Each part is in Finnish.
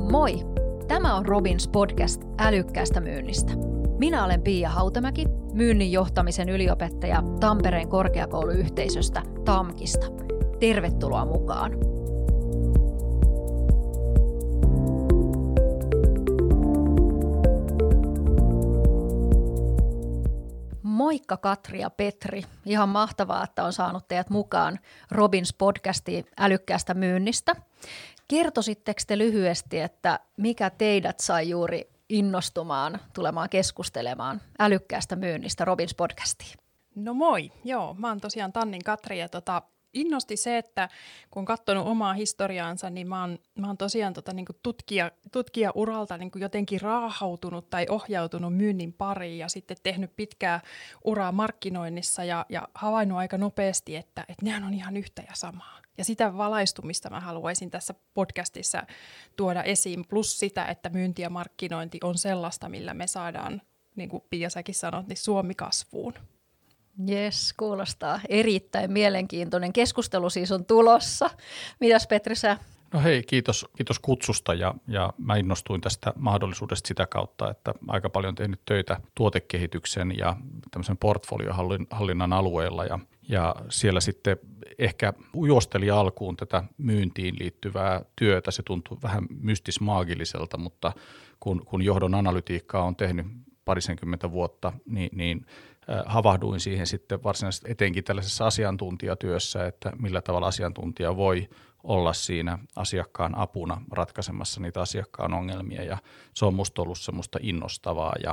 Moi! Tämä on Robins podcast älykkäästä myynnistä. Minä olen Pia Hautamäki, myynnin johtamisen yliopettaja Tampereen korkeakouluyhteisöstä TAMKista. Tervetuloa mukaan! Moikka Katri ja Petri. Ihan mahtavaa, että on saanut teidät mukaan Robins podcastiin älykkäästä myynnistä. Kertoisitteko te lyhyesti, että mikä teidät sai juuri innostumaan tulemaan keskustelemaan älykkäästä myynnistä Robins podcastiin? No moi, joo, mä oon tosiaan Tannin Katri ja innosti se, että kun katsonut omaa historiaansa, niin mä oon tosiaan niinku tutkijauralta niinku jotenkin raahautunut tai ohjautunut myynnin pariin ja sitten tehnyt pitkää uraa markkinoinnissa ja havainnut aika nopeasti, että nehän on ihan yhtä ja samaa. Ja sitä valaistumista mä haluaisin tässä podcastissa tuoda esiin, plus sitä, että myynti ja markkinointi on sellaista, millä me saadaan, niin kuin Pia säkin sanot, niin Suomi kasvuun. Jes, kuulostaa erittäin mielenkiintoinen. Keskustelu siis on tulossa. Mitäs Petri sä? No hei, kiitos kutsusta ja mä innostuin tästä mahdollisuudesta sitä kautta, että aika paljon tehnyt töitä tuotekehityksen ja tämmöisen portfoliohallinnan alueella ja siellä sitten ehkä juosteli alkuun tätä myyntiin liittyvää työtä. Se tuntui vähän mystismaagilliselta, mutta kun johdon analytiikkaa on tehnyt parisenkymmentä vuotta, niin havahduin siihen sitten varsinaisesti etenkin tällaisessa asiantuntijatyössä, että millä tavalla asiantuntija voi olla siinä asiakkaan apuna ratkaisemassa niitä asiakkaan ongelmia, ja se on musta ollut semmoista innostavaa ja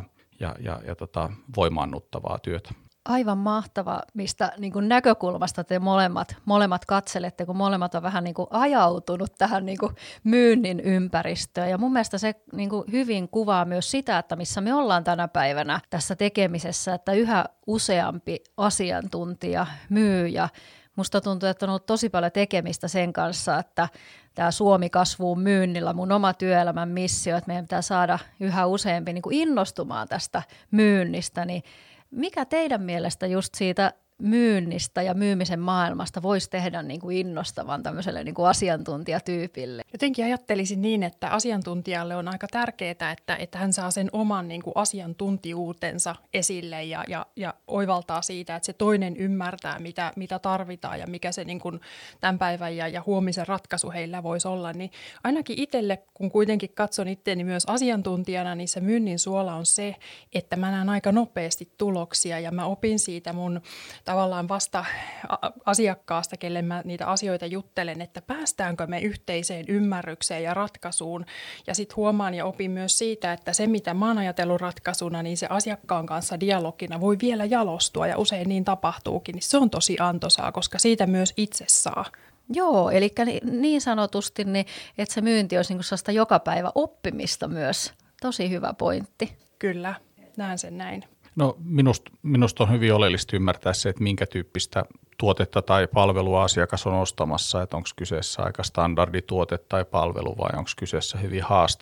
voimaannuttavaa työtä. Aivan mahtava, mistä niin kuin näkökulmasta te molemmat katselette, kun molemmat on vähän niin kuin ajautunut tähän niin kuin myynnin ympäristöön. Ja mun mielestä se niin kuin hyvin kuvaa myös sitä, että missä me ollaan tänä päivänä tässä tekemisessä, että yhä useampi asiantuntija, myyjä. Musta tuntuu, että on ollut tosi paljon tekemistä sen kanssa, että tämä Suomi kasvuu myynnillä, mun oma työelämän missio, että meidän pitää saada yhä useampi niin kuin innostumaan tästä myynnistä, niin mikä teidän mielestä just siitä myynnistä ja myymisen maailmasta voisi tehdä niin kuin innostavan tämmöiselle niin kuin asiantuntijatyypille? Jotenkin ajattelisin niin, että asiantuntijalle on aika tärkeää, että hän saa sen oman niin kuin asiantuntijuutensa esille ja oivaltaa siitä, että se toinen ymmärtää, mitä tarvitaan ja mikä se niin kuin tämän päivän ja huomisen ratkaisu heillä voisi olla. Niin ainakin itselle, kun kuitenkin katson itseäni myös asiantuntijana, niin se myynnin suola on se, että mä näen aika nopeasti tuloksia ja mä opin siitä mun tavallaan vasta asiakkaasta, kelle mä niitä asioita juttelen, että päästäänkö me yhteiseen ymmärrykseen ja ratkaisuun. Ja sitten huomaan ja opin myös siitä, että se mitä mä oon ajatellut ratkaisuna, niin se asiakkaan kanssa dialogina voi vielä jalostua ja usein niin tapahtuukin. Niin se on tosi antoisaa, koska siitä myös itse saa. Joo, eli niin sanotusti, niin, että se myynti olisi niin kuin sellaista joka päivä oppimista myös. Tosi hyvä pointti. Kyllä, näen sen näin. No minusta on hyvin oleellista ymmärtää se, että minkä tyyppistä tuotetta tai palvelua asiakas on ostamassa, että onko kyseessä aika standardituote tai palvelu vai onko kyseessä hyvin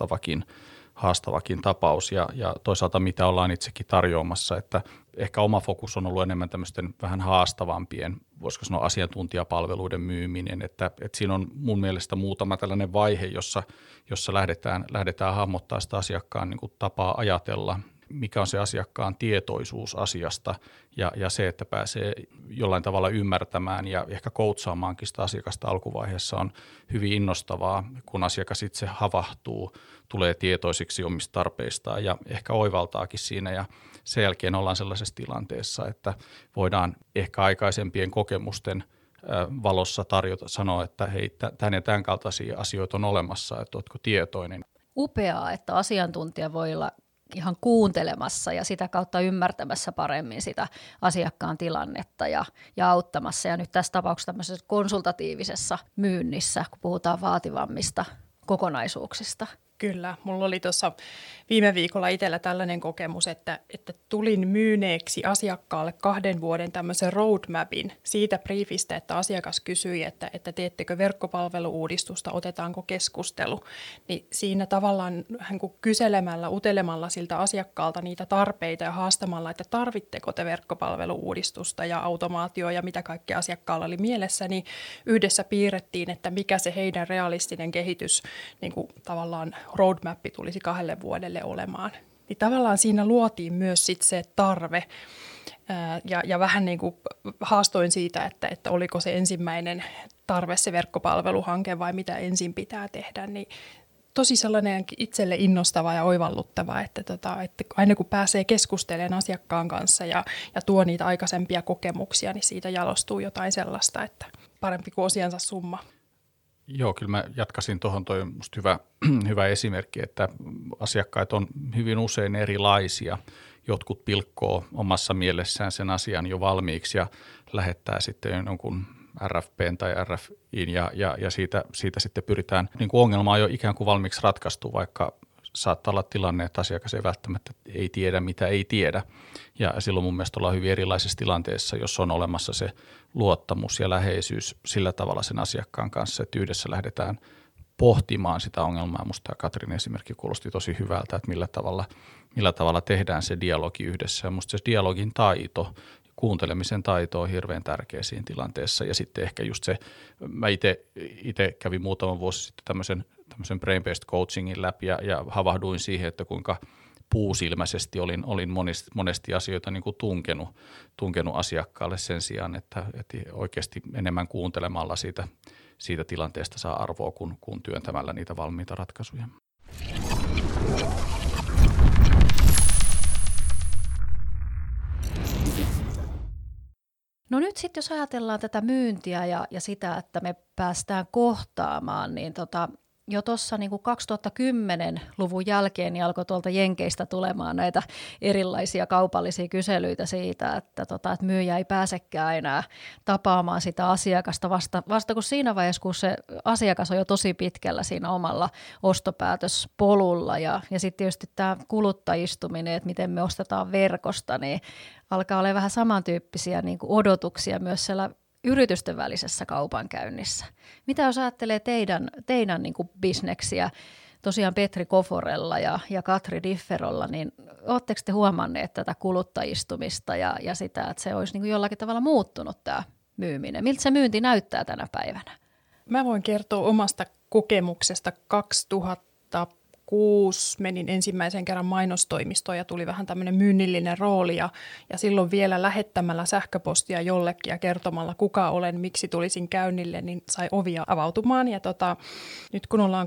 haastavakin tapaus ja toisaalta mitä ollaan itsekin tarjoamassa, että ehkä oma fokus on ollut enemmän tämmöisten vähän haastavampien, voisiko sanoa asiantuntijapalveluiden myyminen, että siinä on mun mielestä muutama tällainen vaihe, jossa lähdetään hahmottaa sitä asiakkaan niin kuin tapaa ajatella, mikä on se asiakkaan tietoisuus asiasta ja se, että pääsee jollain tavalla ymmärtämään ja ehkä coachaamaankin sitä asiakasta alkuvaiheessa on hyvin innostavaa, kun asiakas itse havahtuu, tulee tietoisiksi omista tarpeistaan ja ehkä oivaltaakin siinä ja sen jälkeen ollaan sellaisessa tilanteessa, että voidaan ehkä aikaisempien kokemusten valossa sanoa, että hei, tämän ja tämän kaltaisia asioita on olemassa, että oletko tietoinen. Upeaa, että asiantuntija voi olla ihan kuuntelemassa ja sitä kautta ymmärtämässä paremmin sitä asiakkaan tilannetta ja auttamassa. Ja nyt tässä tapauksessa tämmöisessä konsultatiivisessa myynnissä, kun puhutaan vaativammista kokonaisuuksista. Kyllä, mulla oli tuossa viime viikolla itsellä tällainen kokemus, että tulin myyneeksi asiakkaalle 2 vuoden tämmöisen roadmapin siitä briefistä, että asiakas kysyi, että teettekö verkkopalvelu-uudistusta, otetaanko keskustelu. Niin siinä tavallaan kyselemällä, utelemalla siltä asiakkaalta niitä tarpeita ja haastamalla, että tarvitteko te verkkopalvelu-uudistusta ja automaatio ja mitä kaikkea asiakkaalla oli mielessä, niin yhdessä piirrettiin, että mikä se heidän realistinen kehitys niin kuin tavallaan roadmap tulisi 2 vuodelle olemaan. Niin tavallaan siinä luotiin myös sit se tarve ja vähän niin kuin haastoin siitä, että oliko se ensimmäinen tarve se verkkopalveluhanke vai mitä ensin pitää tehdä, niin tosi sellainen itselle innostava ja oivalluttava, että aina kun pääsee keskustelemaan asiakkaan kanssa ja tuo niitä aikaisempia kokemuksia, niin siitä jalostuu jotain sellaista, että parempi kuin osiansa summa. Joo, kyllä mä jatkasin tuohon, toi musta hyvä esimerkki, että asiakkaat on hyvin usein erilaisia. Jotkut pilkkoo omassa mielessään sen asian jo valmiiksi ja lähettää sitten jonkun RFP:n tai RFI:n ja siitä sitten pyritään, niin kuin ongelma on jo ikään kuin valmiiksi ratkaistu, vaikka saattaa olla tilanne, että asiakas ei välttämättä ei tiedä, mitä ei tiedä. Ja silloin mun mielestä ollaan hyvin erilaisessa tilanteessa, jos on olemassa se luottamus ja läheisyys sillä tavalla sen asiakkaan kanssa, että yhdessä lähdetään pohtimaan sitä ongelmaa. Musta tämä Katrin esimerkki kuulosti tosi hyvältä, että millä tavalla tehdään se dialogi yhdessä. Ja musta se dialogin taito, kuuntelemisen taito on hirveän tärkeä siinä tilanteessa. Ja sitten ehkä just se, mä itse kävin muutama vuosi sitten tämmöisen brain-based coachingin läpi ja havahduin siihen, että kuinka puusilmäisesti olin monesti asioita niin kuin tunkenut asiakkaalle sen sijaan, että oikeasti enemmän kuuntelemalla siitä tilanteesta saa arvoa kuin työntämällä niitä valmiita ratkaisuja. No nyt sitten jos ajatellaan tätä myyntiä ja sitä, että me päästään kohtaamaan, niin jo tuossa niin 2010-luvun jälkeen niin alkoi tuolta Jenkeistä tulemaan näitä erilaisia kaupallisia kyselyitä siitä, että myyjä ei pääsekään enää tapaamaan sitä asiakasta vasta kun siinä vaiheessa, kun se asiakas on jo tosi pitkällä siinä omalla ostopäätöspolulla ja sitten tietysti tämä kuluttajistuminen, että miten me ostetaan verkosta, niin alkaa olla vähän samantyyppisiä niin kuin odotuksia myös siellä yritysten välisessä kaupankäynnissä. Mitä jos ajattelee teidän niin kuin bisneksiä, tosiaan Petri Koforella ja Katri Differolla, niin oletteko te huomanneet tätä kuluttajistumista ja sitä, että se olisi niin kuin jollakin tavalla muuttunut tämä myyminen? Miltä se myynti näyttää tänä päivänä? Mä voin kertoa omasta kokemuksesta. 2006 menin ensimmäisen kerran mainostoimistoon ja tuli vähän tämmöinen myynnillinen rooli ja silloin vielä lähettämällä sähköpostia jollekin ja kertomalla kuka olen, miksi tulisin käynnille, niin sai ovia avautumaan ja nyt kun ollaan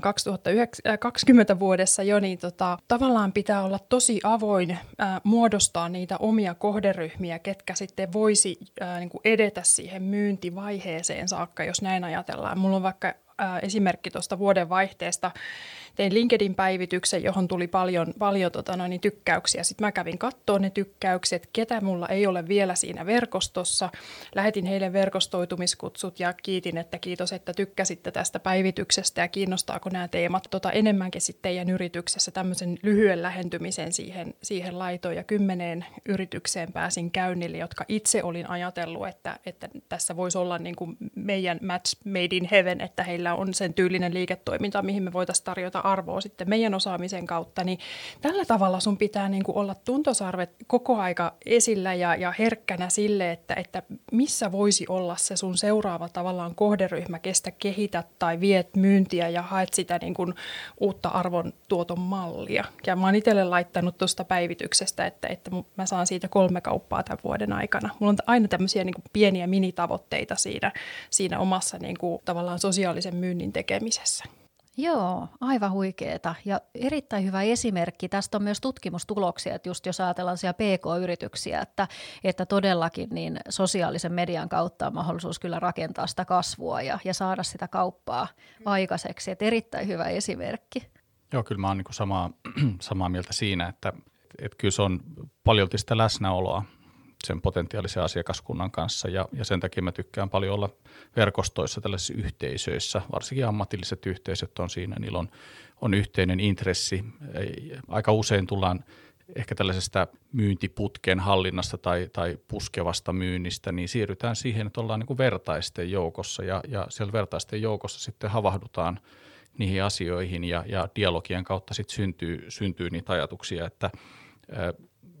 2020 vuodessa jo, niin tavallaan pitää olla tosi avoin muodostaa niitä omia kohderyhmiä, ketkä sitten voisi niin kuin edetä siihen myyntivaiheeseen saakka, jos näin ajatellaan. Mulla on vaikka esimerkki tuosta vuodenvaihteesta. Tein LinkedIn-päivityksen, johon tuli paljon tykkäyksiä. Sitten mä kävin katsoa ne tykkäykset, ketä mulla ei ole vielä siinä verkostossa. Lähetin heille verkostoitumiskutsut ja kiitin, että kiitos, että tykkäsitte tästä päivityksestä ja kiinnostaako nämä teemat. Enemmänkin sitten teidän yrityksessä tämmöisen lyhyen lähentymisen siihen laitoin ja 10 yritykseen pääsin käynnille, jotka itse olin ajatellut, että tässä voisi olla niin kuin meidän match made in heaven, että heillä on sen tyylinen liiketoiminta, mihin me voitaisiin tarjota arvoa sitten meidän osaamisen kautta, niin tällä tavalla sun pitää niin kuin olla tuntosarvet koko aika esillä ja herkkänä sille, että missä voisi olla se sun seuraava tavallaan kohderyhmä, kestä kehität tai viet myyntiä ja haet sitä niin kuin uutta arvon tuoton mallia. Ja mä oon itselle laittanut tuosta päivityksestä, että mä saan siitä 3 kauppaa tämän vuoden aikana. Mulla on aina tämmöisiä niin kuin pieniä minitavoitteita siinä omassa niin kuin tavallaan sosiaalisen myynnin tekemisessä. Joo, aivan huikeeta ja erittäin hyvä esimerkki. Tästä on myös tutkimustuloksia, että just jos ajatellaan siellä PK-yrityksiä, että todellakin niin sosiaalisen median kautta on mahdollisuus kyllä rakentaa sitä kasvua ja saada sitä kauppaa aikaiseksi. Että erittäin hyvä esimerkki. Joo, kyllä mä oon niin samaa mieltä siinä, että kyllä se on paljolti sitä läsnäoloa sen potentiaalisen asiakaskunnan kanssa ja sen takia mä tykkään paljon olla verkostoissa tällaisissa yhteisöissä, varsinkin ammatilliset yhteisöt on siinä, niillä on yhteinen intressi. Aika usein tullaan ehkä tällaisesta myyntiputken hallinnasta tai puskevasta myynnistä, niin siirrytään siihen, että ollaan niin kuin vertaisten joukossa ja siellä vertaisten joukossa sitten havahdutaan niihin asioihin ja dialogien kautta sitten syntyy niitä ajatuksia, että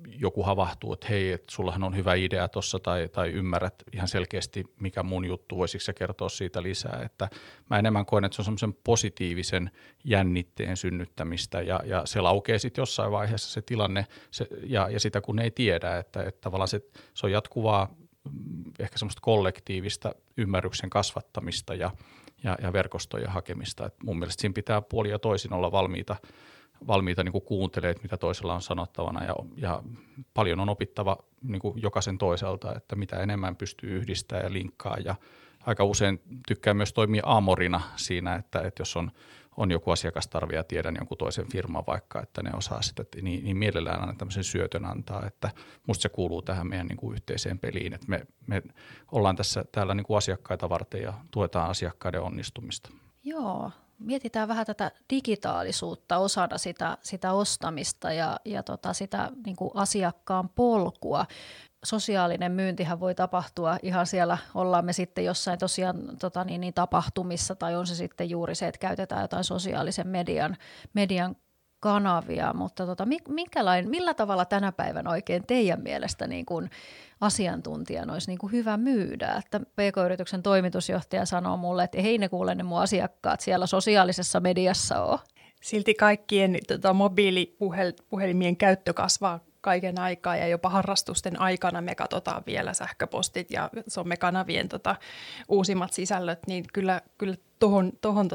joku havahtuu, että hei, että sullahan on hyvä idea tuossa tai ymmärrät ihan selkeästi, mikä mun juttu, voisitko sä kertoa siitä lisää. Että mä enemmän koen, että se on semmoisen positiivisen jännitteen synnyttämistä ja se laukee sitten jossain vaiheessa se tilanne ja sitä kun ei tiedä, että tavallaan se on jatkuvaa ehkä semmoista kollektiivista ymmärryksen kasvattamista ja verkostojen hakemista. Et mun mielestä siinä pitää puolin ja toisin olla valmiita niin kuin kuuntelemaan, mitä toisella on sanottavana ja paljon on opittava niin kuin jokaisen toiselta, että mitä enemmän pystyy yhdistämään ja linkkaa ja aika usein tykkää myös toimia aamorina siinä, että jos on joku asiakastarve ja tiedän jonkun toisen firman vaikka, että ne osaa sitä, niin mielellään aina tämmöisen syötön antaa, että musta se kuuluu tähän meidän niin kuin yhteiseen peliin, että me ollaan täällä niin kuin asiakkaita varten ja tuetaan asiakkaiden onnistumista. Joo, mietitään vähän tätä digitaalisuutta osana sitä ostamista ja sitä niin kuin asiakkaan polkua. Sosiaalinen myyntihän voi tapahtua ihan siellä, ollaan me sitten jossain tosiaan tapahtumissa tai on se sitten juuri se, että käytetään jotain sosiaalisen median kanavia, mutta millä tavalla tänä päivänä oikein teidän mielestä niin kuin asiantuntijan olisi niin kuin hyvä myydä? Että PK-yrityksen toimitusjohtaja sanoo mulle, että ei ne kuule ne mun asiakkaat siellä sosiaalisessa mediassa ole. Silti kaikkien mobiilipuhelimien käyttö kasvaa kaiken aikaa ja jopa harrastusten aikana me katsotaan vielä sähköpostit ja somekanavien uusimmat sisällöt, niin kyllä tuohon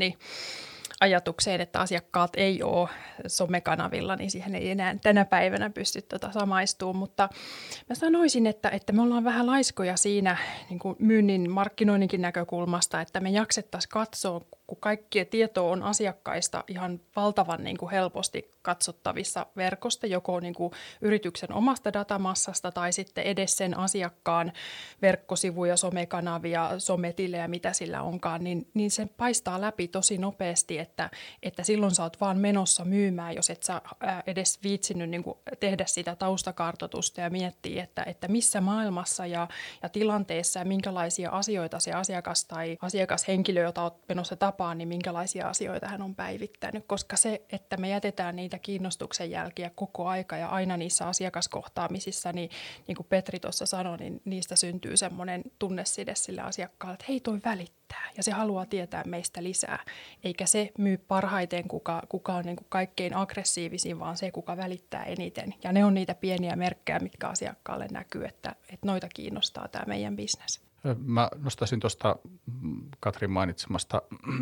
ajatukseen, että asiakkaat ei ole somekanavilla, niin siihen ei enää tänä päivänä pysty samaistumaan, mutta mä sanoisin, että me ollaan vähän laiskoja siinä niin kuin myynnin markkinoinninkin näkökulmasta, että me jaksettaisiin katsoa, kun kaikkia tietoa on asiakkaista ihan valtavan niin kuin helposti katsottavissa verkosta, joko niin kuin yrityksen omasta datamassasta tai sitten edes sen asiakkaan verkkosivuja, somekanavia, sometilejä, mitä sillä onkaan, niin se paistaa läpi tosi nopeasti, että silloin sä oot vaan menossa myymään, jos et sä edes viitsinyt niin kuin tehdä sitä taustakartoitusta ja miettiä, että missä maailmassa ja tilanteessa ja minkälaisia asioita se asiakas tai asiakashenkilö, jota oot menossa tapaan, niin minkälaisia asioita hän on päivittänyt, koska se, että me jätetään niitä kiinnostuksen jälkiä koko aika ja aina niissä asiakaskohtaamisissa, niin kuin Petri tuossa sanoi, niin niistä syntyy semmoinen tunneside sille asiakkaalle, että hei, toi välittää ja se haluaa tietää meistä lisää, eikä se myy parhaiten, kuka on niin kuin kaikkein aggressiivisin, vaan se, kuka välittää eniten. Ja ne on niitä pieniä merkkejä, mitkä asiakkaalle näkyy, että noita kiinnostaa tämä meidän bisnes. Mä nostaisin tuosta Katrin mainitsemasta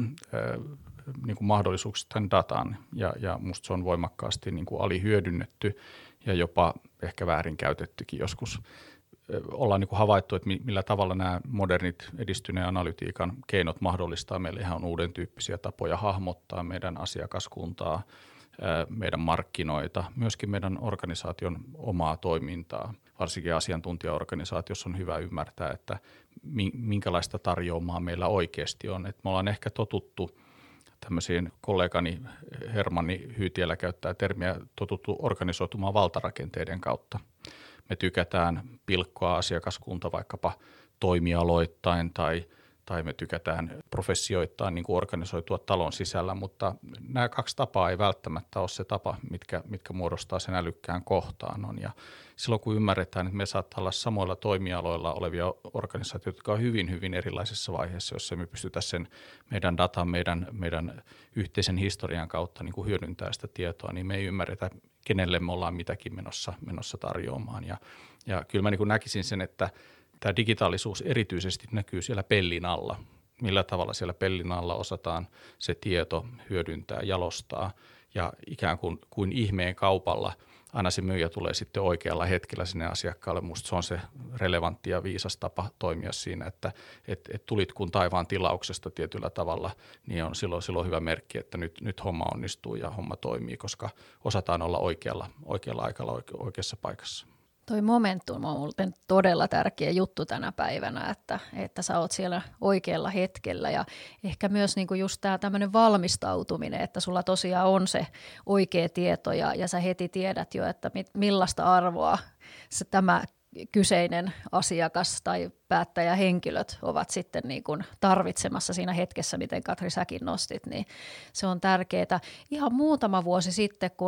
niin kuin mahdollisuuksista tämän datan ja musta se on voimakkaasti niin kuin alihyödynnetty ja jopa ehkä väärinkäytettykin joskus. Ollaan niin kuin havaittu, että millä tavalla nämä modernit edistyneen analytiikan keinot mahdollistaa meille ihan uuden tyyppisiä tapoja hahmottaa meidän asiakaskuntaa, meidän markkinoita, myöskin meidän organisaation omaa toimintaa. Varsinkin asiantuntijaorganisaatiossa on hyvä ymmärtää, että minkälaista tarjoamaa meillä oikeasti on. Et me ollaan ehkä totuttu tämmöisiin, kollegani Hermanni Hyytielä käyttää termiä, totuttu organisoitumaan valtarakenteiden kautta. Me tykätään pilkkoa asiakaskunta vaikkapa toimialoittain tai me tykätään professioittain niin kuin organisoitua talon sisällä, mutta nämä kaksi tapaa ei välttämättä ole se tapa, mitkä muodostaa sen älykkään kohtaannon. Ja silloin kun ymmärretään, että me saattaa olla samoilla toimialoilla olevia organisaatioita, jotka on hyvin, hyvin erilaisessa vaiheessa, jossa me pystytään sen meidän datan, meidän yhteisen historian kautta niin kuin hyödyntää sitä tietoa, niin me ei ymmärretä, kenelle me ollaan mitäkin menossa tarjoamaan. Ja kyllä mä niin kuin näkisin sen, että tämä digitaalisuus erityisesti näkyy siellä pellin alla. Millä tavalla siellä pellin alla osataan se tieto hyödyntää, jalostaa ja ikään kuin ihmeen kaupalla aina se myyjä tulee sitten oikealla hetkellä sinne asiakkaalle. Musta se on se relevantti ja viisas tapa toimia siinä, että tulit kun taivaan tilauksesta tietyllä tavalla, niin on silloin hyvä merkki, että nyt homma onnistuu ja homma toimii, koska osataan olla oikealla aikalla oikeassa paikassa. Toi momentum on muuten todella tärkeä juttu tänä päivänä, että sä oot siellä oikealla hetkellä ja ehkä myös niinku just tämä tämmöinen valmistautuminen, että sulla tosiaan on se oikea tieto ja sä heti tiedät jo, että millaista arvoa se tämä kyseinen asiakas tai päättäjähenkilöt ovat sitten niin kuin tarvitsemassa siinä hetkessä, miten Katri säkin nostit, niin se on tärkeää. Ihan muutama vuosi sitten, kun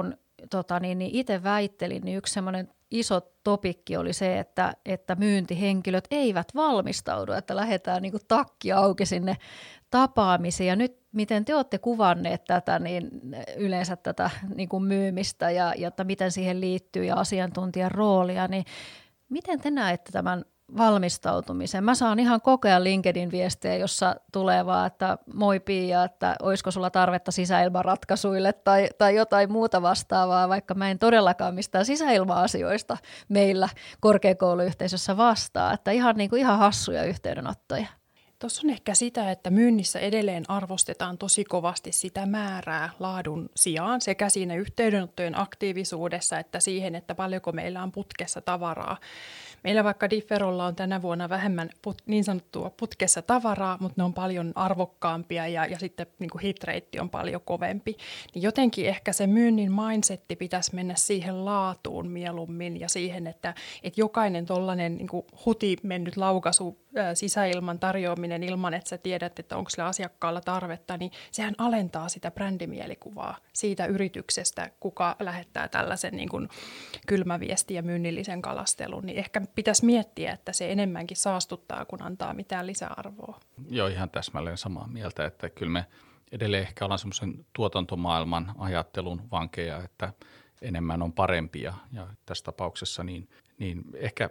itse väittelin, niin yksi semmoinen iso topikki oli se, että myyntihenkilöt eivät valmistaudu, että lähdetään niin kuin takki auki sinne tapaamisiin. Ja nyt miten te olette kuvanneet tätä, niin yleensä tätä niin kuin myymistä ja että miten siihen liittyy ja asiantuntijan roolia, niin miten te näette tämän valmistautumisen? Mä saan ihan koko ajan LinkedIn-viestejä, jossa tulee vaan, että moi Pia, että olisiko sulla tarvetta sisäilmaratkaisuille tai jotain muuta vastaavaa, vaikka mä en todellakaan mistään sisäilma-asioista meillä korkeakouluyhteisössä vastaa, että ihan hassuja yhteydenottoja. Tuossa on ehkä sitä, että myynnissä edelleen arvostetaan tosi kovasti sitä määrää laadun sijaan sekä siinä yhteydenottojen aktiivisuudessa että siihen, että paljonko meillä on putkessa tavaraa. Meillä vaikka Differolla on tänä vuonna vähemmän niin sanottua putkessa tavaraa, mutta ne on paljon arvokkaampia ja sitten niin kuin hit rate on paljon kovempi. Niin jotenkin ehkä se myynnin mindsetti pitäisi mennä siihen laatuun mieluummin ja siihen, että jokainen tollainen niin kuin huti mennyt laukaisu sisäilman tarjoaminen ilman, että sä tiedät, että onko sillä asiakkaalla tarvetta, niin sehän alentaa sitä brändimielikuvaa siitä yrityksestä, kuka lähettää tällaisen niin kuin kylmäviesti ja myynnillisen kalastelun. Niin ehkä pitäisi miettiä, että se enemmänkin saastuttaa, kun antaa mitään lisäarvoa. Joo, ihan täsmälleen samaa mieltä, että kyllä me edelleen ehkä ollaan semmoisen tuotantomaailman ajattelun vankeja, että enemmän on parempia ja tässä tapauksessa niin ehkä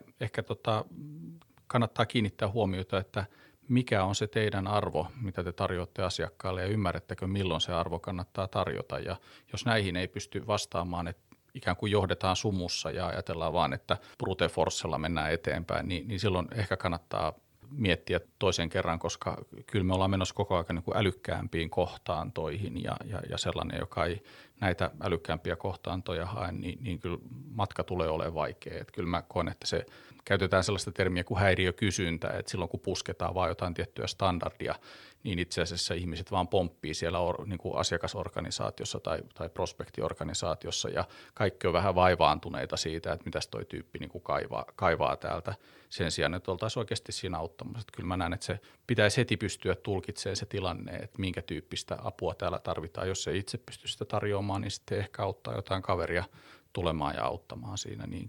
kannattaa kiinnittää huomiota, että mikä on se teidän arvo, mitä te tarjoatte asiakkaalle ja ymmärrättekö, milloin se arvo kannattaa tarjota. Ja jos näihin ei pysty vastaamaan, että ikään kuin johdetaan sumussa ja ajatellaan vaan, että brute forcella mennään eteenpäin, niin silloin ehkä kannattaa miettiä toisen kerran, koska kyllä me ollaan menossa koko ajan niin kuin älykkäämpiin kohtaantoihin ja sellainen, joka ei näitä älykkäämpiä kohtaantoja hae, niin kyllä matka tulee olemaan vaikea. Että kyllä mä koen, että se käytetään sellaista termiä kuin häiriökysyntä, että silloin kun pusketaan vaan jotain tiettyä standardia, niin itse asiassa ihmiset vaan pomppii siellä niin kuin asiakasorganisaatiossa tai prospektiorganisaatiossa ja kaikki on vähän vaivaantuneita siitä, että mitäs toi tyyppi niin kuin kaivaa täältä sen sijaan, että oltaisiin oikeasti siinä auttamassa. Että kyllä mä näen, että se pitäisi heti pystyä tulkitsemaan se tilanne, että minkä tyyppistä apua täällä tarvitaan. Jos ei itse pysty sitä tarjoamaan, niin sitten ehkä auttaa jotain kaveria tulemaan ja auttamaan siinä. Niin.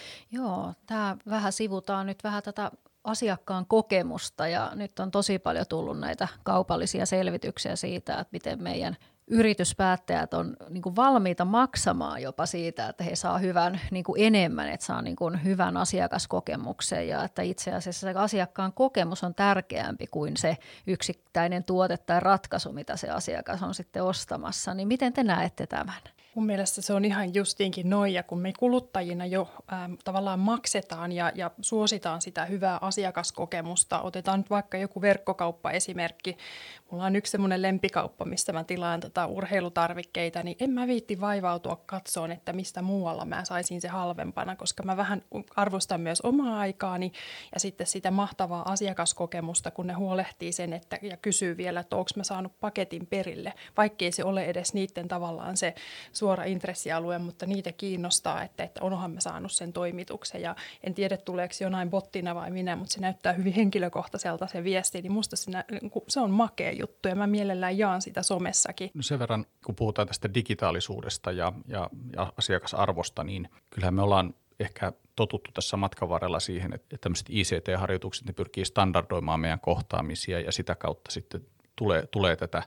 Joo, tämä vähän sivutaan nyt vähän tätä asiakkaan kokemusta ja nyt on tosi paljon tullut näitä kaupallisia selvityksiä siitä, että miten meidän yrityspäättäjät on niin kuin valmiita maksamaan jopa siitä, että he saa hyvän niin kuin enemmän, että saa niin kuin hyvän asiakaskokemuksen ja että itse asiassa se asiakkaan kokemus on tärkeämpi kuin se yksittäinen tuote tai ratkaisu, mitä se asiakas on sitten ostamassa. Niin miten te näette tämän? Mun mielestä se on ihan justiinkin noin, ja kun me kuluttajina jo tavallaan maksetaan ja suositaan sitä hyvää asiakaskokemusta, otetaan nyt vaikka joku verkkokauppa-esimerkki. Mulla on yksi semmoinen lempikauppa, mistä mä tilaan urheilutarvikkeita, niin en mä viitti vaivautua katsoon, että mistä muualla mä saisin se halvempana, koska mä vähän arvostan myös omaa aikaani ja sitten sitä mahtavaa asiakaskokemusta, kun ne huolehtii sen ja kysyy vielä, että onko mä saanut paketin perille, vaikkei se ole edes niiden tavallaan se suora intressialue, mutta niitä kiinnostaa, että onhan mä saanut sen toimituksen ja en tiedä tuleeko jonain bottina vai minä, mutta se näyttää hyvin henkilökohtaiselta se viesti, niin musta se on makea juttu ja mä mielellään jaan sitä somessakin. No sen verran, kun puhutaan tästä digitaalisuudesta ja asiakasarvosta, niin kyllähän me ollaan ehkä totuttu tässä matkan varrella siihen, että tämmöiset ICT-harjoitukset, ne pyrkii standardoimaan meidän kohtaamisia ja sitä kautta sitten tulee tätä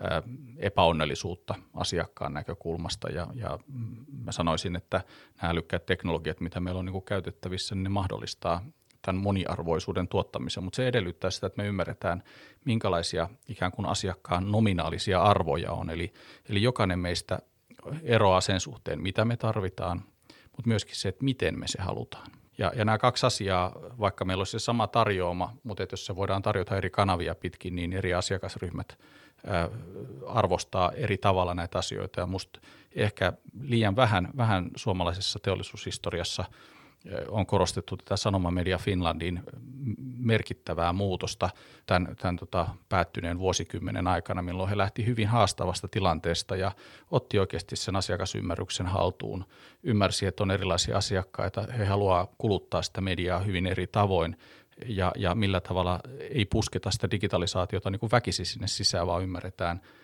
epäonnellisuutta asiakkaan näkökulmasta ja mä sanoisin, että nämä älykkäät teknologiat, mitä meillä on niin kuin käytettävissä, niin ne mahdollistaa tämän moniarvoisuuden tuottamisen, mutta se edellyttää sitä, että me ymmärretään, minkälaisia ikään kuin asiakkaan nominaalisia arvoja on. Eli jokainen meistä eroaa sen suhteen, mitä me tarvitaan, mutta myöskin se, että miten me se halutaan. Ja nämä kaksi asiaa, vaikka meillä olisi se sama tarjoama, mutta jos se voidaan tarjota eri kanavia pitkin, niin eri asiakasryhmät arvostaa eri tavalla näitä asioita. Ja musta ehkä liian vähän suomalaisessa teollisuushistoriassa on korostettu tätä Sanoma Media Finlandin merkittävää muutosta tämän päättyneen vuosikymmenen aikana, milloin he lähti hyvin haastavasta tilanteesta ja otti oikeasti sen asiakasymmärryksen haltuun. Ymmärsi, että on erilaisia asiakkaita, he haluaa kuluttaa sitä mediaa hyvin eri tavoin ja millä tavalla ei pusketa sitä digitalisaatiota niin kuin väkisin sinne sisään, vaan ymmärretään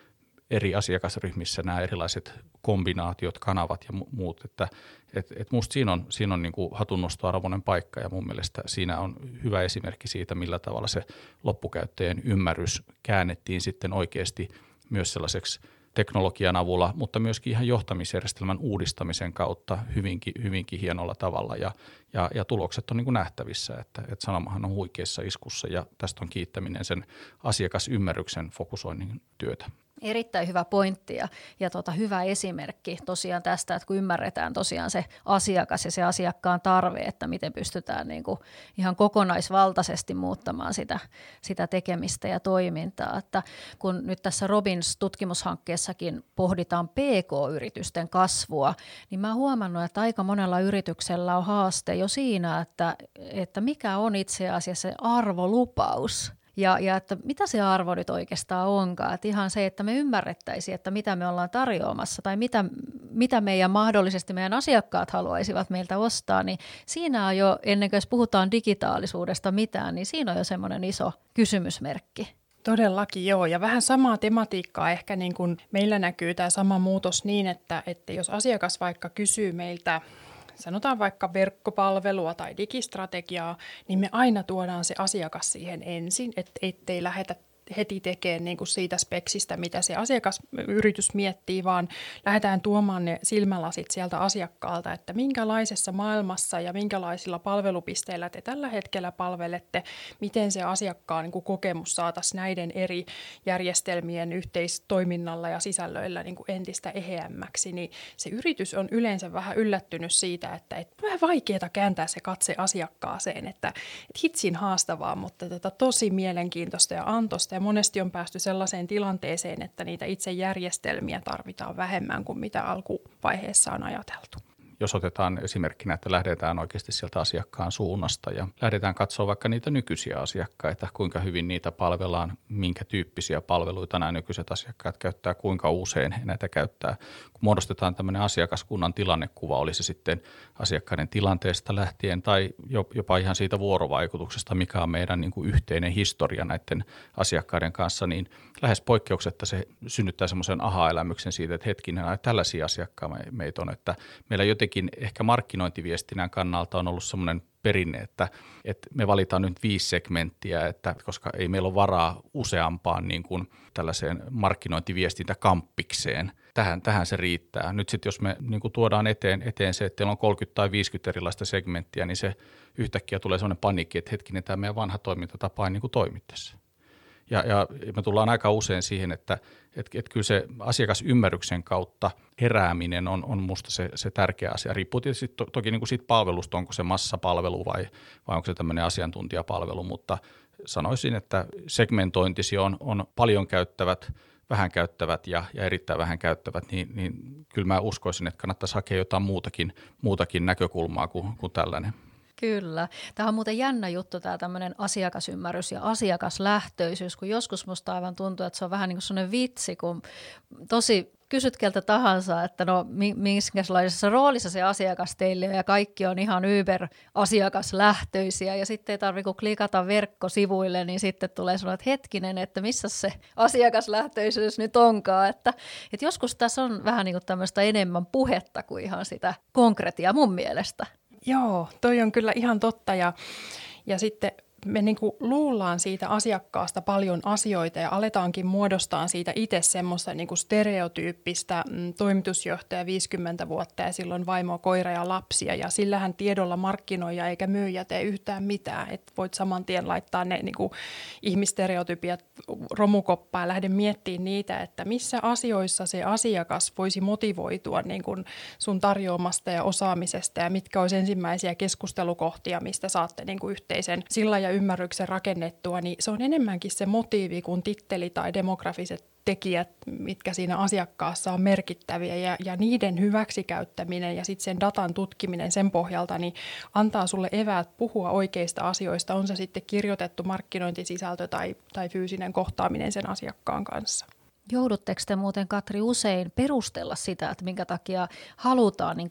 eri asiakasryhmissä nämä erilaiset kombinaatiot, kanavat ja muut, että musta siinä on niin kuin hatunnostoarvoinen paikka ja mun mielestä siinä on hyvä esimerkki siitä, millä tavalla se loppukäyttäjän ymmärrys käännettiin sitten oikeasti myös sellaiseksi teknologian avulla, mutta myöskin ihan johtamisjärjestelmän uudistamisen kautta hyvinkin hienolla tavalla ja tulokset on niin kuin nähtävissä, että Sanomahan on huikeassa iskussa ja tästä on kiittäminen sen asiakasymmärryksen fokusoinnin työtä. Erittäin hyvä pointti ja hyvä esimerkki tosiaan tästä, että kun ymmärretään tosiaan se asiakas ja se asiakkaan tarve, että miten pystytään niin kuin ihan kokonaisvaltaisesti muuttamaan sitä tekemistä ja toimintaa. Että kun nyt tässä Robins-tutkimushankkeessakin pohditaan PK-yritysten kasvua, niin mä oon huomannut, että aika monella yrityksellä on haaste jo siinä, että mikä on itse asiassa se arvolupaus. Ja että mitä se arvo nyt oikeastaan onkaan, että ihan se, että me ymmärrettäisiin, että mitä me ollaan tarjoamassa tai mitä mahdollisesti meidän asiakkaat haluaisivat meiltä ostaa, niin siinä on jo, ennen kuin jos puhutaan digitaalisuudesta mitään, niin siinä on jo semmoinen iso kysymysmerkki. Todellakin joo, ja vähän samaa tematiikkaa ehkä niin kuin meillä näkyy tämä sama muutos niin, että jos asiakas vaikka kysyy meiltä, sanotaan vaikka verkkopalvelua tai digistrategiaa, niin me aina tuodaan se asiakas siihen ensin, ettei lähdetä heti tekemään niin kuin siitä speksistä, mitä se asiakasyritys miettii, vaan lähdetään tuomaan ne silmälasit sieltä asiakkaalta, että minkälaisessa maailmassa ja minkälaisilla palvelupisteillä te tällä hetkellä palvelette, miten se asiakkaan niin kuin kokemus saataisiin näiden eri järjestelmien yhteistoiminnalla ja sisällöillä niin kuin entistä eheämmäksi, niin se yritys on yleensä vähän yllättynyt siitä, että on vähän vaikeaa kääntää se katse asiakkaaseen, että hitsin haastavaa, mutta tosi mielenkiintoista ja antoista. Ja monesti on päästy sellaiseen tilanteeseen, että niitä itse järjestelmiä tarvitaan vähemmän kuin mitä alkuvaiheessa on ajateltu. Jos otetaan esimerkkinä, että lähdetään oikeasti sieltä asiakkaan suunnasta ja lähdetään katsoa vaikka niitä nykyisiä asiakkaita, kuinka hyvin niitä palvellaan, minkä tyyppisiä palveluita nämä nykyiset asiakkaat käyttää, kuinka usein he näitä käyttää. Kun muodostetaan tämmöinen asiakaskunnan tilannekuva, oli se sitten asiakkaiden tilanteesta lähtien tai jopa ihan siitä vuorovaikutuksesta, mikä on meidän niin kuin yhteinen historia näiden asiakkaiden kanssa, niin lähes poikkeuksetta se synnyttää semmoisen aha-elämyksen siitä, että hetkinen, tällaisia asiakkaita meitä on, että meillä jotenkin ehkä markkinointiviestinnän kannalta on ollut semmoinen perinne, että me valitaan nyt 5 segmenttiä, että koska ei meillä ole varaa useampaan niin kuin tällaiseen markkinointiviestintäkamppikseen. Tähän se riittää. Nyt sitten jos me niin kuin tuodaan eteen se, että teillä on 30 tai 50 erilaista segmenttiä, niin se yhtäkkiä tulee semmoinen paniikki, että hetkinen, tämä meidän vanha toimintatapa ei niin kuin toimi tässä. Ja me tullaan aika usein siihen, että kyllä se asiakasymmärryksen kautta herääminen on musta se tärkeä asia. Riippuu tietysti toki niin kuin siitä palvelusta, onko se massapalvelu vai onko se tämmöinen asiantuntijapalvelu, mutta sanoisin, että segmentointisi on paljon käyttävät, vähän käyttävät ja erittäin vähän käyttävät, niin kyllä mä uskoisin, että kannattaisi hakea jotain muutakin näkökulmaa kuin tällainen. Kyllä. Tämä on muuten jännä juttu, tämä tämmöinen asiakasymmärrys ja asiakaslähtöisyys, kun joskus musta aivan tuntuu, että se on vähän niin kuin sellainen vitsi, kun tosi kysyt keltä tahansa, että no minkälaisessa roolissa se asiakas teille on ja kaikki on ihan Uber-asiakaslähtöisiä ja sitten ei tarvitse kun klikata verkkosivuille, niin sitten tulee sanoa, että hetkinen, että missä se asiakaslähtöisyys nyt onkaan, että joskus tässä on vähän niin kuin tämmöistä enemmän puhetta kuin ihan sitä konkretiaa mun mielestä. Joo, toi on kyllä ihan totta ja sitten me niinku luullaan siitä asiakkaasta paljon asioita ja aletaankin muodostaa siitä itse semmoista niinku stereotyyppistä toimitusjohtaja 50 vuotta ja silloin vaimo, koira ja lapsia ja sillähän tiedolla markkinoija eikä myyjä tee yhtään mitään. Et voit saman tien laittaa ne niinku ihmistereotypiat romukoppaan ja lähde miettimään niitä, että missä asioissa se asiakas voisi motivoitua niinku sun tarjoamasta ja osaamisesta ja mitkä olisi ensimmäisiä keskustelukohtia, mistä saatte niinku yhteisen sillan ja ymmärryksen rakennettua, niin se on enemmänkin se motiivi kuin titteli tai demografiset tekijät, mitkä siinä asiakkaassa on merkittäviä ja niiden hyväksikäyttäminen ja sitten sen datan tutkiminen sen pohjalta, niin antaa sulle eväät puhua oikeista asioista, on se sitten kirjoitettu markkinointisisältö tai fyysinen kohtaaminen sen asiakkaan kanssa. Joudutteko te muuten, Katri, usein perustella sitä, että minkä takia halutaan niin kuin